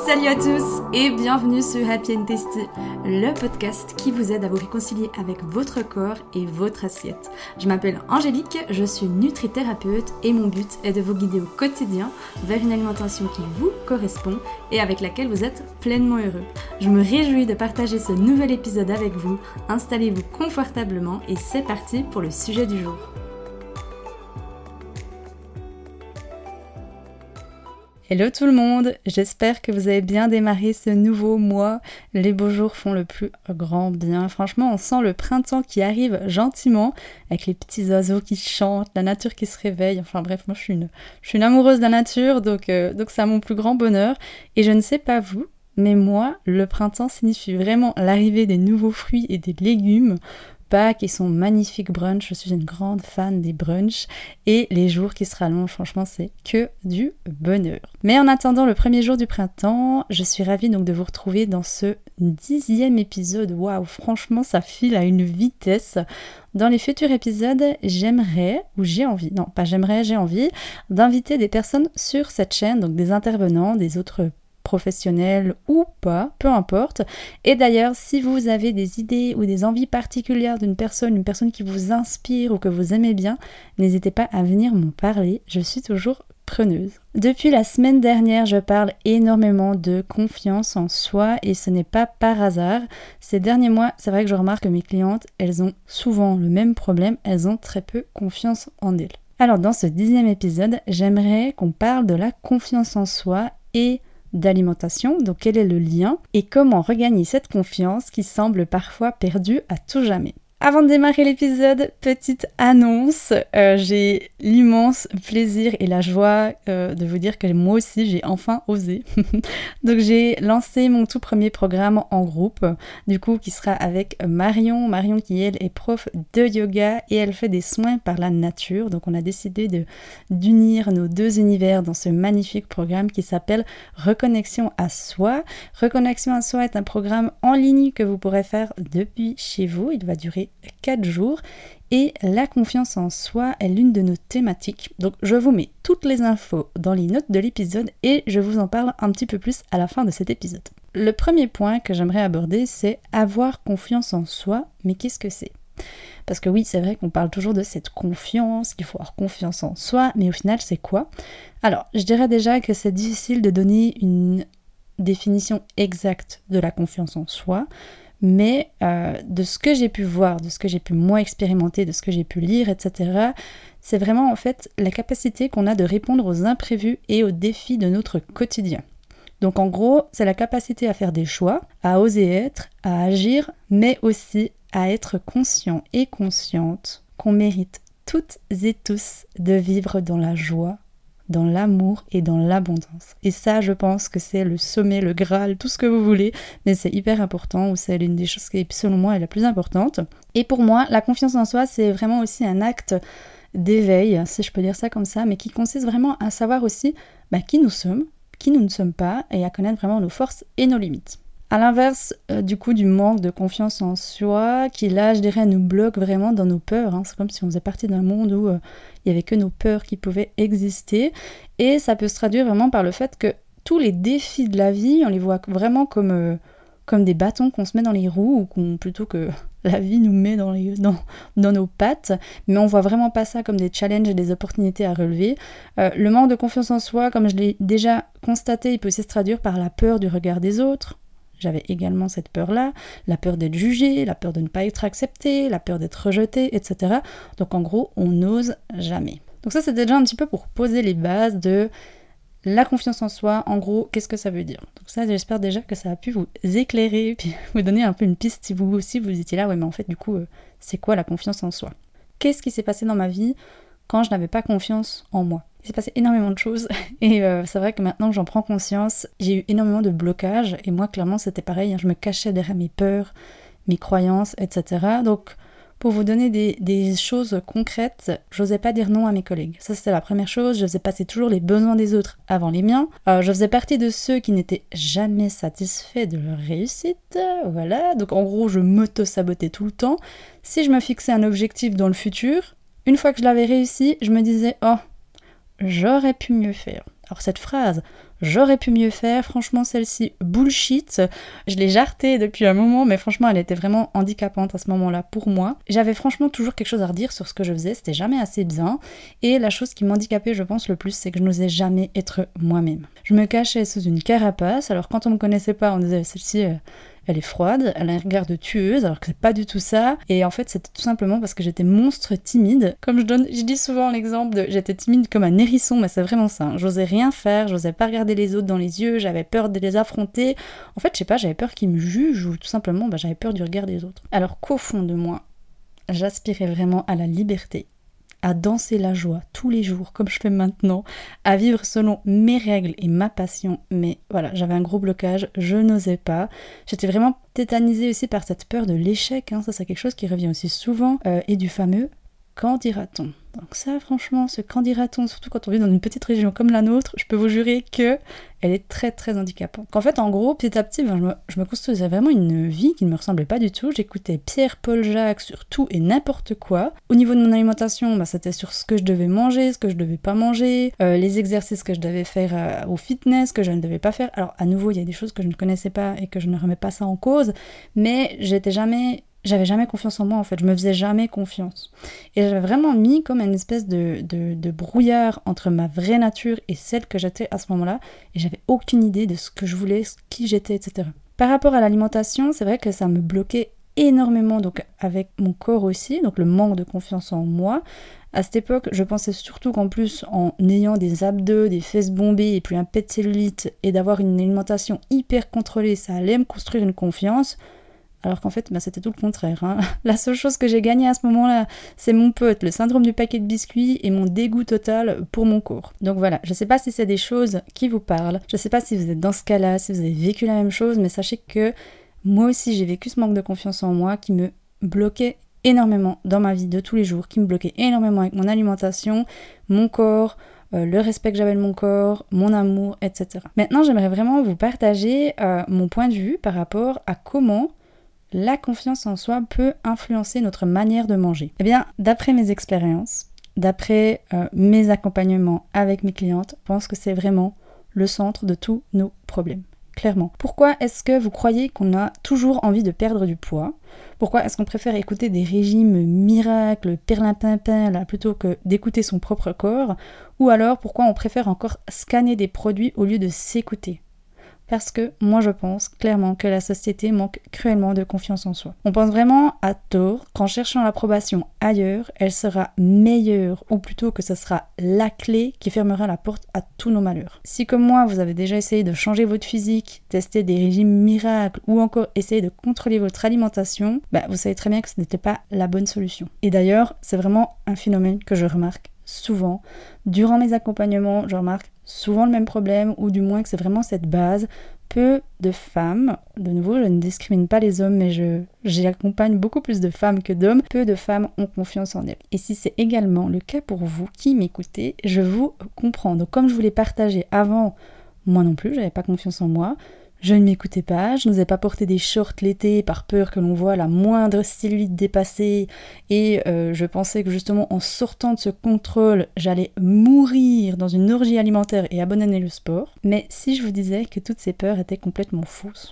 Salut à tous et bienvenue sur Happy and Tasty, le podcast qui vous aide à vous réconcilier avec votre corps et votre assiette. Je m'appelle Angélique, je suis nutrithérapeute et mon but est de vous guider au quotidien vers une alimentation qui vous correspond et avec laquelle vous êtes pleinement heureux. Je me réjouis de partager ce nouvel épisode avec vous, installez-vous confortablement et c'est parti pour le sujet du jour. Hello tout le monde, j'espère que vous avez bien démarré ce nouveau mois. Les beaux jours font le plus grand bien. Franchement, on sent le printemps qui arrive gentiment, avec les petits oiseaux qui chantent, la nature qui se réveille. Enfin bref, moi je suis une amoureuse de la nature, donc c'est à mon plus grand bonheur. Et je ne sais pas vous, mais moi, le printemps signifie vraiment l'arrivée des nouveaux fruits et des légumes. Pâques et son magnifique brunch, je suis une grande fan des brunchs et les jours qui se rallongent, franchement c'est que du bonheur. Mais en attendant le premier jour du printemps, je suis ravie donc de vous retrouver dans ce 10e épisode. Waouh, franchement ça file à une vitesse. Dans les futurs épisodes, j'ai envie d'inviter des personnes sur cette chaîne, donc des intervenants, des autres professionnel ou pas, peu importe. Et d'ailleurs, si vous avez des idées ou des envies particulières d'une personne, une personne qui vous inspire ou que vous aimez bien, n'hésitez pas à venir m'en parler, je suis toujours preneuse. Depuis la semaine dernière, je parle énormément de confiance en soi et ce n'est pas par hasard. Ces derniers mois, c'est vrai que je remarque que mes clientes, elles ont souvent le même problème, elles ont très peu confiance en elles. Alors dans ce 10e épisode, j'aimerais qu'on parle de la confiance en soi et d'alimentation, donc quel est le lien et comment regagner cette confiance qui semble parfois perdue à tout jamais. Avant de démarrer l'épisode, petite annonce, j'ai l'immense plaisir et la joie de vous dire que moi aussi j'ai enfin osé. Donc j'ai lancé mon tout premier programme en groupe, du coup qui sera avec Marion qui elle est prof de yoga et elle fait des soins par la nature. Donc on a décidé d'unir nos deux univers dans ce magnifique programme qui s'appelle Reconnexion à soi. Reconnexion à soi est un programme en ligne que vous pourrez faire depuis chez vous, il va durer 4 jours et la confiance en soi est l'une de nos thématiques. Donc je vous mets toutes les infos dans les notes de l'épisode et je vous en parle un petit peu plus à la fin de cet épisode. Le premier point que j'aimerais aborder, c'est avoir confiance en soi, mais qu'est-ce que c'est ? Parce que oui, c'est vrai qu'on parle toujours de cette confiance, qu'il faut avoir confiance en soi, mais au final c'est quoi ? Alors, je dirais déjà que c'est difficile de donner une définition exacte de la confiance en soi, mais de ce que j'ai pu voir, de ce que j'ai pu moi expérimenter, de ce que j'ai pu lire, etc., c'est vraiment en fait la capacité qu'on a de répondre aux imprévus et aux défis de notre quotidien. Donc en gros, c'est la capacité à faire des choix, à oser être, à agir, mais aussi à être conscient et consciente qu'on mérite toutes et tous de vivre dans la joie, dans l'amour et dans l'abondance. Et ça, je pense que c'est le sommet, le Graal, tout ce que vous voulez, mais c'est hyper important, ou c'est l'une des choses qui, selon moi, est la plus importante. Et pour moi, la confiance en soi, c'est vraiment aussi un acte d'éveil, si je peux dire ça comme ça, mais qui consiste vraiment à savoir aussi qui nous sommes, qui nous ne sommes pas, et à connaître vraiment nos forces et nos limites. À l'inverse, du manque de confiance en soi, qui là, je dirais, nous bloque vraiment dans nos peurs. C'est comme si on faisait partie d'un monde où il n'y avait que nos peurs qui pouvaient exister. Et ça peut se traduire vraiment par le fait que tous les défis de la vie, on les voit vraiment comme des bâtons qu'on se met dans les roues, ou plutôt que la vie nous met dans nos pattes. Mais on voit vraiment pas ça comme des challenges et des opportunités à relever. Le manque de confiance en soi, comme je l'ai déjà constaté, il peut aussi se traduire par la peur du regard des autres. J'avais également cette peur-là, la peur d'être jugée, la peur de ne pas être acceptée, la peur d'être rejetée, etc. Donc en gros, on n'ose jamais. Donc ça, c'est déjà un petit peu pour poser les bases de la confiance en soi. En gros, qu'est-ce que ça veut dire ? Donc ça, j'espère déjà que ça a pu vous éclairer, puis vous donner un peu une piste si vous aussi vous étiez là, ouais mais en fait du coup, c'est quoi la confiance en soi ? Qu'est-ce qui s'est passé dans ma vie quand je n'avais pas confiance en moi ? Il s'est passé énormément de choses et c'est vrai que maintenant que j'en prends conscience, j'ai eu énormément de blocages et moi clairement c'était pareil, je me cachais derrière mes peurs, mes croyances, etc. Donc pour vous donner des choses concrètes, j'osais pas dire non à mes collègues. Ça c'était la première chose, je faisais passer toujours les besoins des autres avant les miens. Je faisais partie de ceux qui n'étaient jamais satisfaits de leur réussite, voilà. Donc en gros je m'auto-sabotais tout le temps. Si je me fixais un objectif dans le futur, une fois que je l'avais réussi, je me disais « Oh, j'aurais pu mieux faire ». Alors cette phrase j'aurais pu mieux faire, franchement celle-ci bullshit, je l'ai jartée depuis un moment, mais franchement elle était vraiment handicapante à ce moment-là pour moi. J'avais franchement toujours quelque chose à redire sur ce que je faisais, c'était jamais assez bien, et la chose qui m'handicapait je pense le plus, c'est que je n'osais jamais être moi-même. Je me cachais sous une carapace, alors quand on me connaissait pas, on disait celle-ci... elle est froide, elle a un regard de tueuse, alors que c'est pas du tout ça. Et en fait, c'était tout simplement parce que j'étais monstre timide. Comme je dis souvent l'exemple de j'étais timide comme un hérisson, mais c'est vraiment ça. Hein. J'osais rien faire, j'osais pas regarder les autres dans les yeux, j'avais peur de les affronter. En fait, je sais pas, j'avais peur qu'ils me jugent ou tout simplement, j'avais peur du regard des autres. Alors qu'au fond de moi, j'aspirais vraiment à la liberté, à danser la joie tous les jours comme je fais maintenant, à vivre selon mes règles et ma passion, mais voilà, j'avais un gros blocage, je n'osais pas. J'étais vraiment tétanisée aussi par cette peur de l'échec, hein. Ça c'est quelque chose qui revient aussi souvent, et du fameux « qu'en dira-t-on ». Donc ça franchement, ce « qu'en dira-t-on », surtout quand on vit dans une petite région comme la nôtre, je peux vous jurer que elle est très très handicapante. En fait, en gros, petit à petit, je me construisais vraiment une vie qui ne me ressemblait pas du tout. J'écoutais Pierre, Paul, Jacques sur tout et n'importe quoi. Au niveau de mon alimentation, c'était sur ce que je devais manger, ce que je devais pas manger, les exercices que je devais faire au fitness, que je ne devais pas faire. Alors à nouveau, il y a des choses que je ne connaissais pas et que je ne remets pas ça en cause, mais j'avais jamais confiance en moi en fait, je me faisais jamais confiance. Et j'avais vraiment mis comme une espèce de brouillard entre ma vraie nature et celle que j'étais à ce moment-là, et j'avais aucune idée de ce que je voulais, qui j'étais, etc. Par rapport à l'alimentation, c'est vrai que ça me bloquait énormément, donc avec mon corps aussi, donc le manque de confiance en moi. À cette époque, je pensais surtout qu'en plus, en ayant des abdos, des fesses bombées et puis un pet de cellulite, et d'avoir une alimentation hyper contrôlée, ça allait me construire une confiance. Alors qu'en fait, c'était tout le contraire. Hein. La seule chose que j'ai gagnée à ce moment-là, c'est mon pote, le syndrome du paquet de biscuits et mon dégoût total pour mon corps. Donc voilà, je sais pas si c'est des choses qui vous parlent, je sais pas si vous êtes dans ce cas-là, si vous avez vécu la même chose, mais sachez que moi aussi j'ai vécu ce manque de confiance en moi qui me bloquait énormément dans ma vie de tous les jours, qui me bloquait énormément avec mon alimentation, mon corps, le respect que j'avais de mon corps, mon amour, etc. Maintenant, j'aimerais vraiment vous partager mon point de vue par rapport à comment la confiance en soi peut influencer notre manière de manger. Eh bien, d'après mes expériences, d'après mes accompagnements avec mes clientes, je pense que c'est vraiment le centre de tous nos problèmes. Clairement. Pourquoi est-ce que vous croyez qu'on a toujours envie de perdre du poids ? Pourquoi est-ce qu'on préfère écouter des régimes miracles, perlimpinpin, là, plutôt que d'écouter son propre corps ? Ou alors, pourquoi on préfère encore scanner des produits au lieu de s'écouter ? Parce que moi je pense clairement que la société manque cruellement de confiance en soi. On pense vraiment à tort qu'en cherchant l'approbation ailleurs, elle sera meilleure, ou plutôt que ce sera la clé qui fermera la porte à tous nos malheurs. Si comme moi vous avez déjà essayé de changer votre physique, tester des régimes miracles ou encore essayé de contrôler votre alimentation, vous savez très bien que ce n'était pas la bonne solution. Et d'ailleurs, c'est vraiment un phénomène que je remarque souvent. Durant mes accompagnements, je remarque souvent le même problème, ou du moins que c'est vraiment cette base. Peu de femmes, de nouveau je ne discrimine pas les hommes, mais j'accompagne beaucoup plus de femmes que d'hommes, peu de femmes ont confiance en elles. Et si c'est également le cas pour vous qui m'écoutez, je vous comprends. Donc comme je vous l'ai partagé avant, moi non plus, j'avais pas confiance en moi. Je ne m'écoutais pas, je n'osais pas porter des shorts l'été par peur que l'on voie la moindre cellulite dépassée, et je pensais que justement en sortant de ce contrôle, j'allais mourir dans une orgie alimentaire et abandonner le sport. Mais si je vous disais que toutes ces peurs étaient complètement fausses,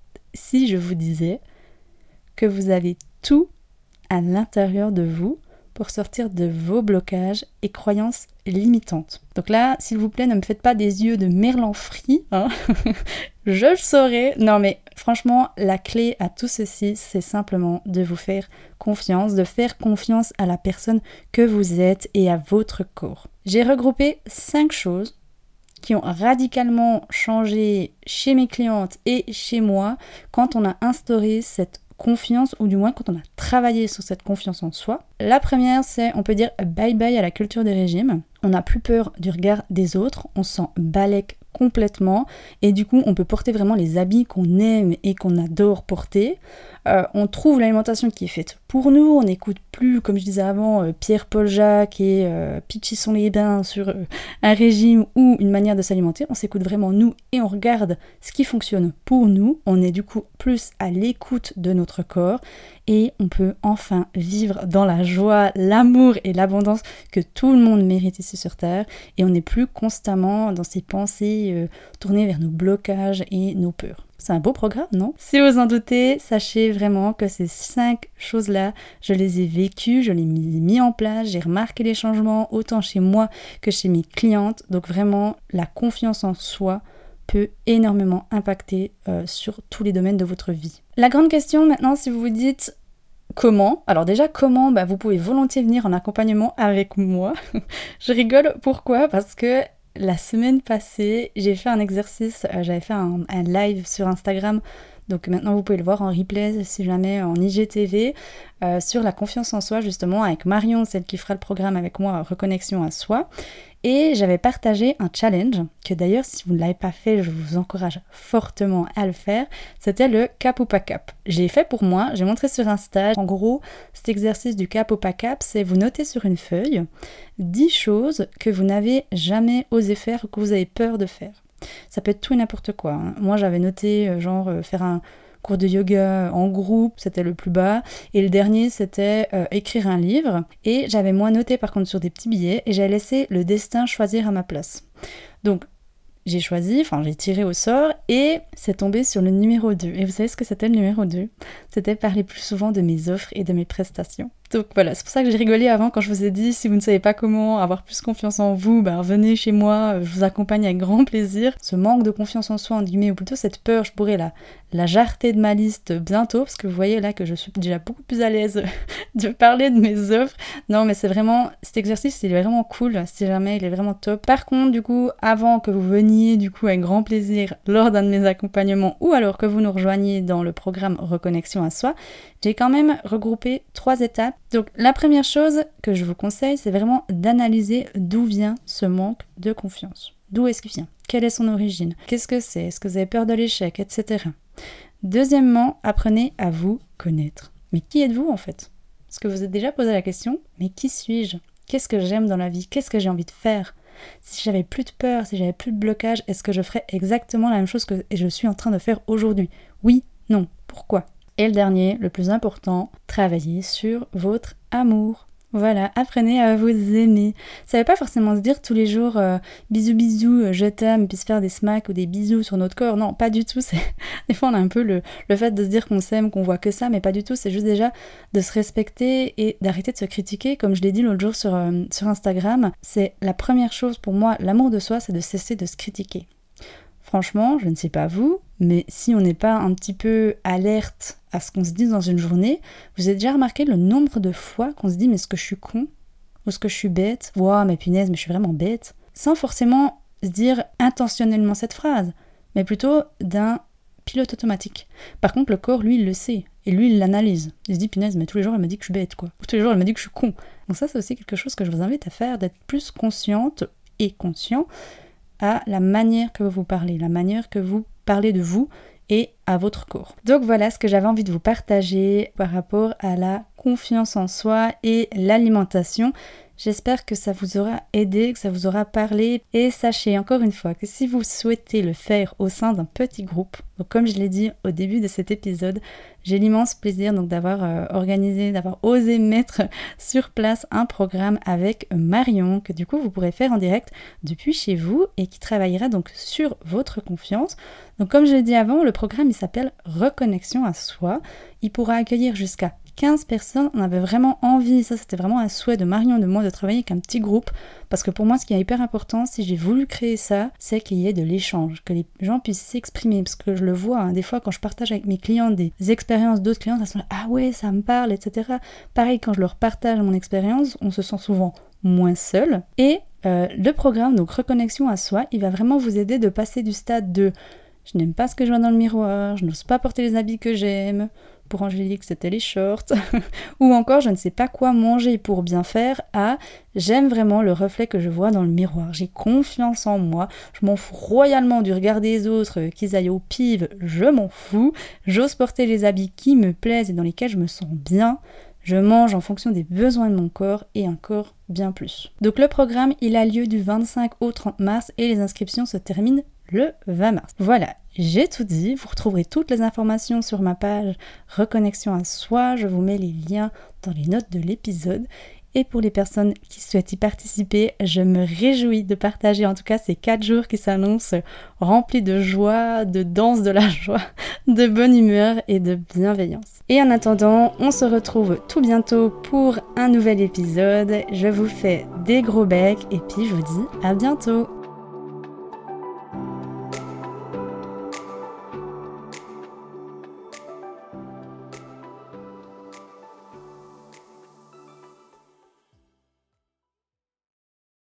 si je vous disais que vous avez tout à l'intérieur de vous pour sortir de vos blocages et croyances limitantes. Donc là, s'il vous plaît, ne me faites pas des yeux de merlan frit, hein. Je le saurai. Non mais franchement, la clé à tout ceci, c'est simplement de vous faire confiance, de faire confiance à la personne que vous êtes et à votre corps. J'ai regroupé 5 choses qui ont radicalement changé chez mes clientes et chez moi quand on a instauré cette confiance, ou du moins quand on a travaillé sur cette confiance en soi. La première, c'est, on peut dire, bye bye à la culture des régimes. On n'a plus peur du regard des autres, on s'en balèque complètement, et du coup on peut porter vraiment les habits qu'on aime et qu'on adore porter. On trouve l'alimentation qui est faite pour nous, on n'écoute plus, comme je disais avant, Pierre-Paul Jacques et Pitchy-sont-les-Bains sur un régime ou une manière de s'alimenter. On s'écoute vraiment nous et on regarde ce qui fonctionne pour nous. On est du coup plus à l'écoute de notre corps et on peut enfin vivre dans la joie, l'amour et l'abondance que tout le monde mérite ici sur Terre. Et on n'est plus constamment dans ces pensées tournées vers nos blocages et nos peurs. C'est un beau programme, non? Si vous en doutez, sachez vraiment que ces 5 choses-là, je les ai vécues, je les ai mis en place, j'ai remarqué les changements autant chez moi que chez mes clientes. Donc vraiment, la confiance en soi peut énormément impacter sur tous les domaines de votre vie. La grande question maintenant, si vous vous dites comment, alors déjà comment, vous pouvez volontiers venir en accompagnement avec moi. Je rigole, pourquoi? Parce que la semaine passée, j'ai fait un exercice, j'avais fait un live sur Instagram, donc maintenant vous pouvez le voir en replay si jamais en IGTV, sur la confiance en soi justement avec Marion, celle qui fera le programme avec moi, Reconnexion à soi. Et j'avais partagé un challenge, que d'ailleurs si vous ne l'avez pas fait, je vous encourage fortement à le faire, c'était le cap ou pas cap. Je l'ai fait pour moi, j'ai montré sur Insta. En gros, cet exercice du cap ou pas cap, c'est vous notez sur une feuille 10 choses que vous n'avez jamais osé faire ou que vous avez peur de faire. Ça peut être tout et n'importe quoi, hein. Moi j'avais noté faire un cours de yoga en groupe, c'était le plus bas, et le dernier c'était écrire un livre, et j'avais moins noté par contre sur des petits billets, et j'avais laissé le destin choisir à ma place. Donc j'ai tiré au sort, et c'est tombé sur le numéro 2. Et vous savez ce que c'était le numéro 2? C'était parler plus souvent de mes offres et de mes prestations. Donc voilà, c'est pour ça que j'ai rigolé avant quand je vous ai dit, si vous ne savez pas comment avoir plus confiance en vous, venez chez moi, je vous accompagne avec grand plaisir. Ce manque de confiance en soi, en guillemets, ou plutôt cette peur, je pourrais la jarter de ma liste bientôt, parce que vous voyez là que je suis déjà beaucoup plus à l'aise de parler de mes offres. Non mais c'est vraiment, cet exercice il est vraiment cool, si jamais il est vraiment top. Par contre du coup, avant que vous veniez du coup avec grand plaisir lors d'un de mes accompagnements, ou alors que vous nous rejoigniez dans le programme Reconnexion à soi, j'ai quand même regroupé 3 étapes. Donc la première chose que je vous conseille, c'est vraiment d'analyser d'où vient ce manque de confiance. D'où est-ce qu'il vient? Quelle est son origine? Qu'est-ce que c'est? Est-ce que vous avez peur de l'échec, etc. Deuxièmement, apprenez à vous connaître. Mais qui êtes-vous en fait? Est-ce que vous vous êtes déjà posé la question? Mais qui suis-je? Qu'est-ce que j'aime dans la vie? Qu'est-ce que j'ai envie de faire? Si j'avais plus de peur, si j'avais plus de blocage, est-ce que je ferais exactement la même chose que je suis en train de faire aujourd'hui? Oui, non, pourquoi? Et le dernier, le plus important, travaillez sur votre amour. Voilà, apprenez à vous aimer. Ça veut pas forcément se dire tous les jours bisous bisous, je t'aime, puis se faire des smacks ou des bisous sur notre corps. Non, pas du tout. Des fois on a un peu le fait de se dire qu'on s'aime, qu'on voit que ça, mais pas du tout. C'est juste déjà de se respecter et d'arrêter de se critiquer. Comme je l'ai dit l'autre jour sur Instagram, c'est la première chose pour moi, l'amour de soi, c'est de cesser de se critiquer. Franchement, je ne sais pas vous, mais si on n'est pas un petit peu alerte à ce qu'on se dit dans une journée, vous avez déjà remarqué le nombre de fois qu'on se dit « mais est-ce que je suis con ?» ou « est-ce que je suis bête ?» « Wow, mais punaise, mais je suis vraiment bête ?» Sans forcément se dire intentionnellement cette phrase, mais plutôt d'un pilote automatique. Par contre, le corps, lui, il le sait, et lui, il l'analyse. Il se dit « punaise, mais tous les jours, elle me dit que je suis bête, quoi. » Ou tous les jours, elle me dit que je suis con. Donc ça, c'est aussi quelque chose que je vous invite à faire, d'être plus consciente et conscient à la manière que vous parlez, la manière que vous parlez de vous et à votre corps. Donc voilà ce que j'avais envie de vous partager par rapport à la confiance en soi et l'alimentation. J'espère que ça vous aura aidé, que ça vous aura parlé. Et sachez encore une fois que si vous souhaitez le faire au sein d'un petit groupe, donc comme je l'ai dit au début de cet épisode, j'ai l'immense plaisir donc d'avoir organisé, d'avoir osé mettre sur place un programme avec Marion, que du coup vous pourrez faire en direct depuis chez vous et qui travaillera donc sur votre confiance. Donc comme je l'ai dit avant, le programme il s'appelle Reconnexion à soi. Il pourra accueillir jusqu'à 15 personnes, on avait vraiment envie, ça c'était vraiment un souhait de Marion et de moi de travailler avec un petit groupe, parce que pour moi ce qui est hyper important, si j'ai voulu créer ça, c'est qu'il y ait de l'échange, que les gens puissent s'exprimer, parce que je le vois, hein, des fois quand je partage avec mes clients des expériences d'autres clientes, elles sont là, ah ouais ça me parle, etc. Pareil quand je leur partage mon expérience, on se sent souvent moins seul, et le programme, donc Reconnexion à soi, il va vraiment vous aider de passer du stade de je n'aime pas ce que je vois dans le miroir, je n'ose pas porter les habits que j'aime, pour Angélique, c'était les shorts. Ou encore, je ne sais pas quoi manger pour bien faire, à j'aime vraiment le reflet que je vois dans le miroir. J'ai confiance en moi. Je m'en fous royalement du regard des autres, qu'ils aillent au pive, je m'en fous. J'ose porter les habits qui me plaisent et dans lesquels je me sens bien. Je mange en fonction des besoins de mon corps et encore bien plus. Donc le programme, il a lieu du 25 au 30 mars et les inscriptions se terminent le 20 mars. Voilà, j'ai tout dit. Vous retrouverez toutes les informations sur ma page Reconnexion à soi. Je vous mets les liens dans les notes de l'épisode. Et pour les personnes qui souhaitent y participer, je me réjouis de partager en tout cas ces 4 jours qui s'annoncent remplis de joie, de danse de la joie, de bonne humeur et de bienveillance. Et en attendant, on se retrouve tout bientôt pour un nouvel épisode. Je vous fais des gros becs et puis je vous dis à bientôt.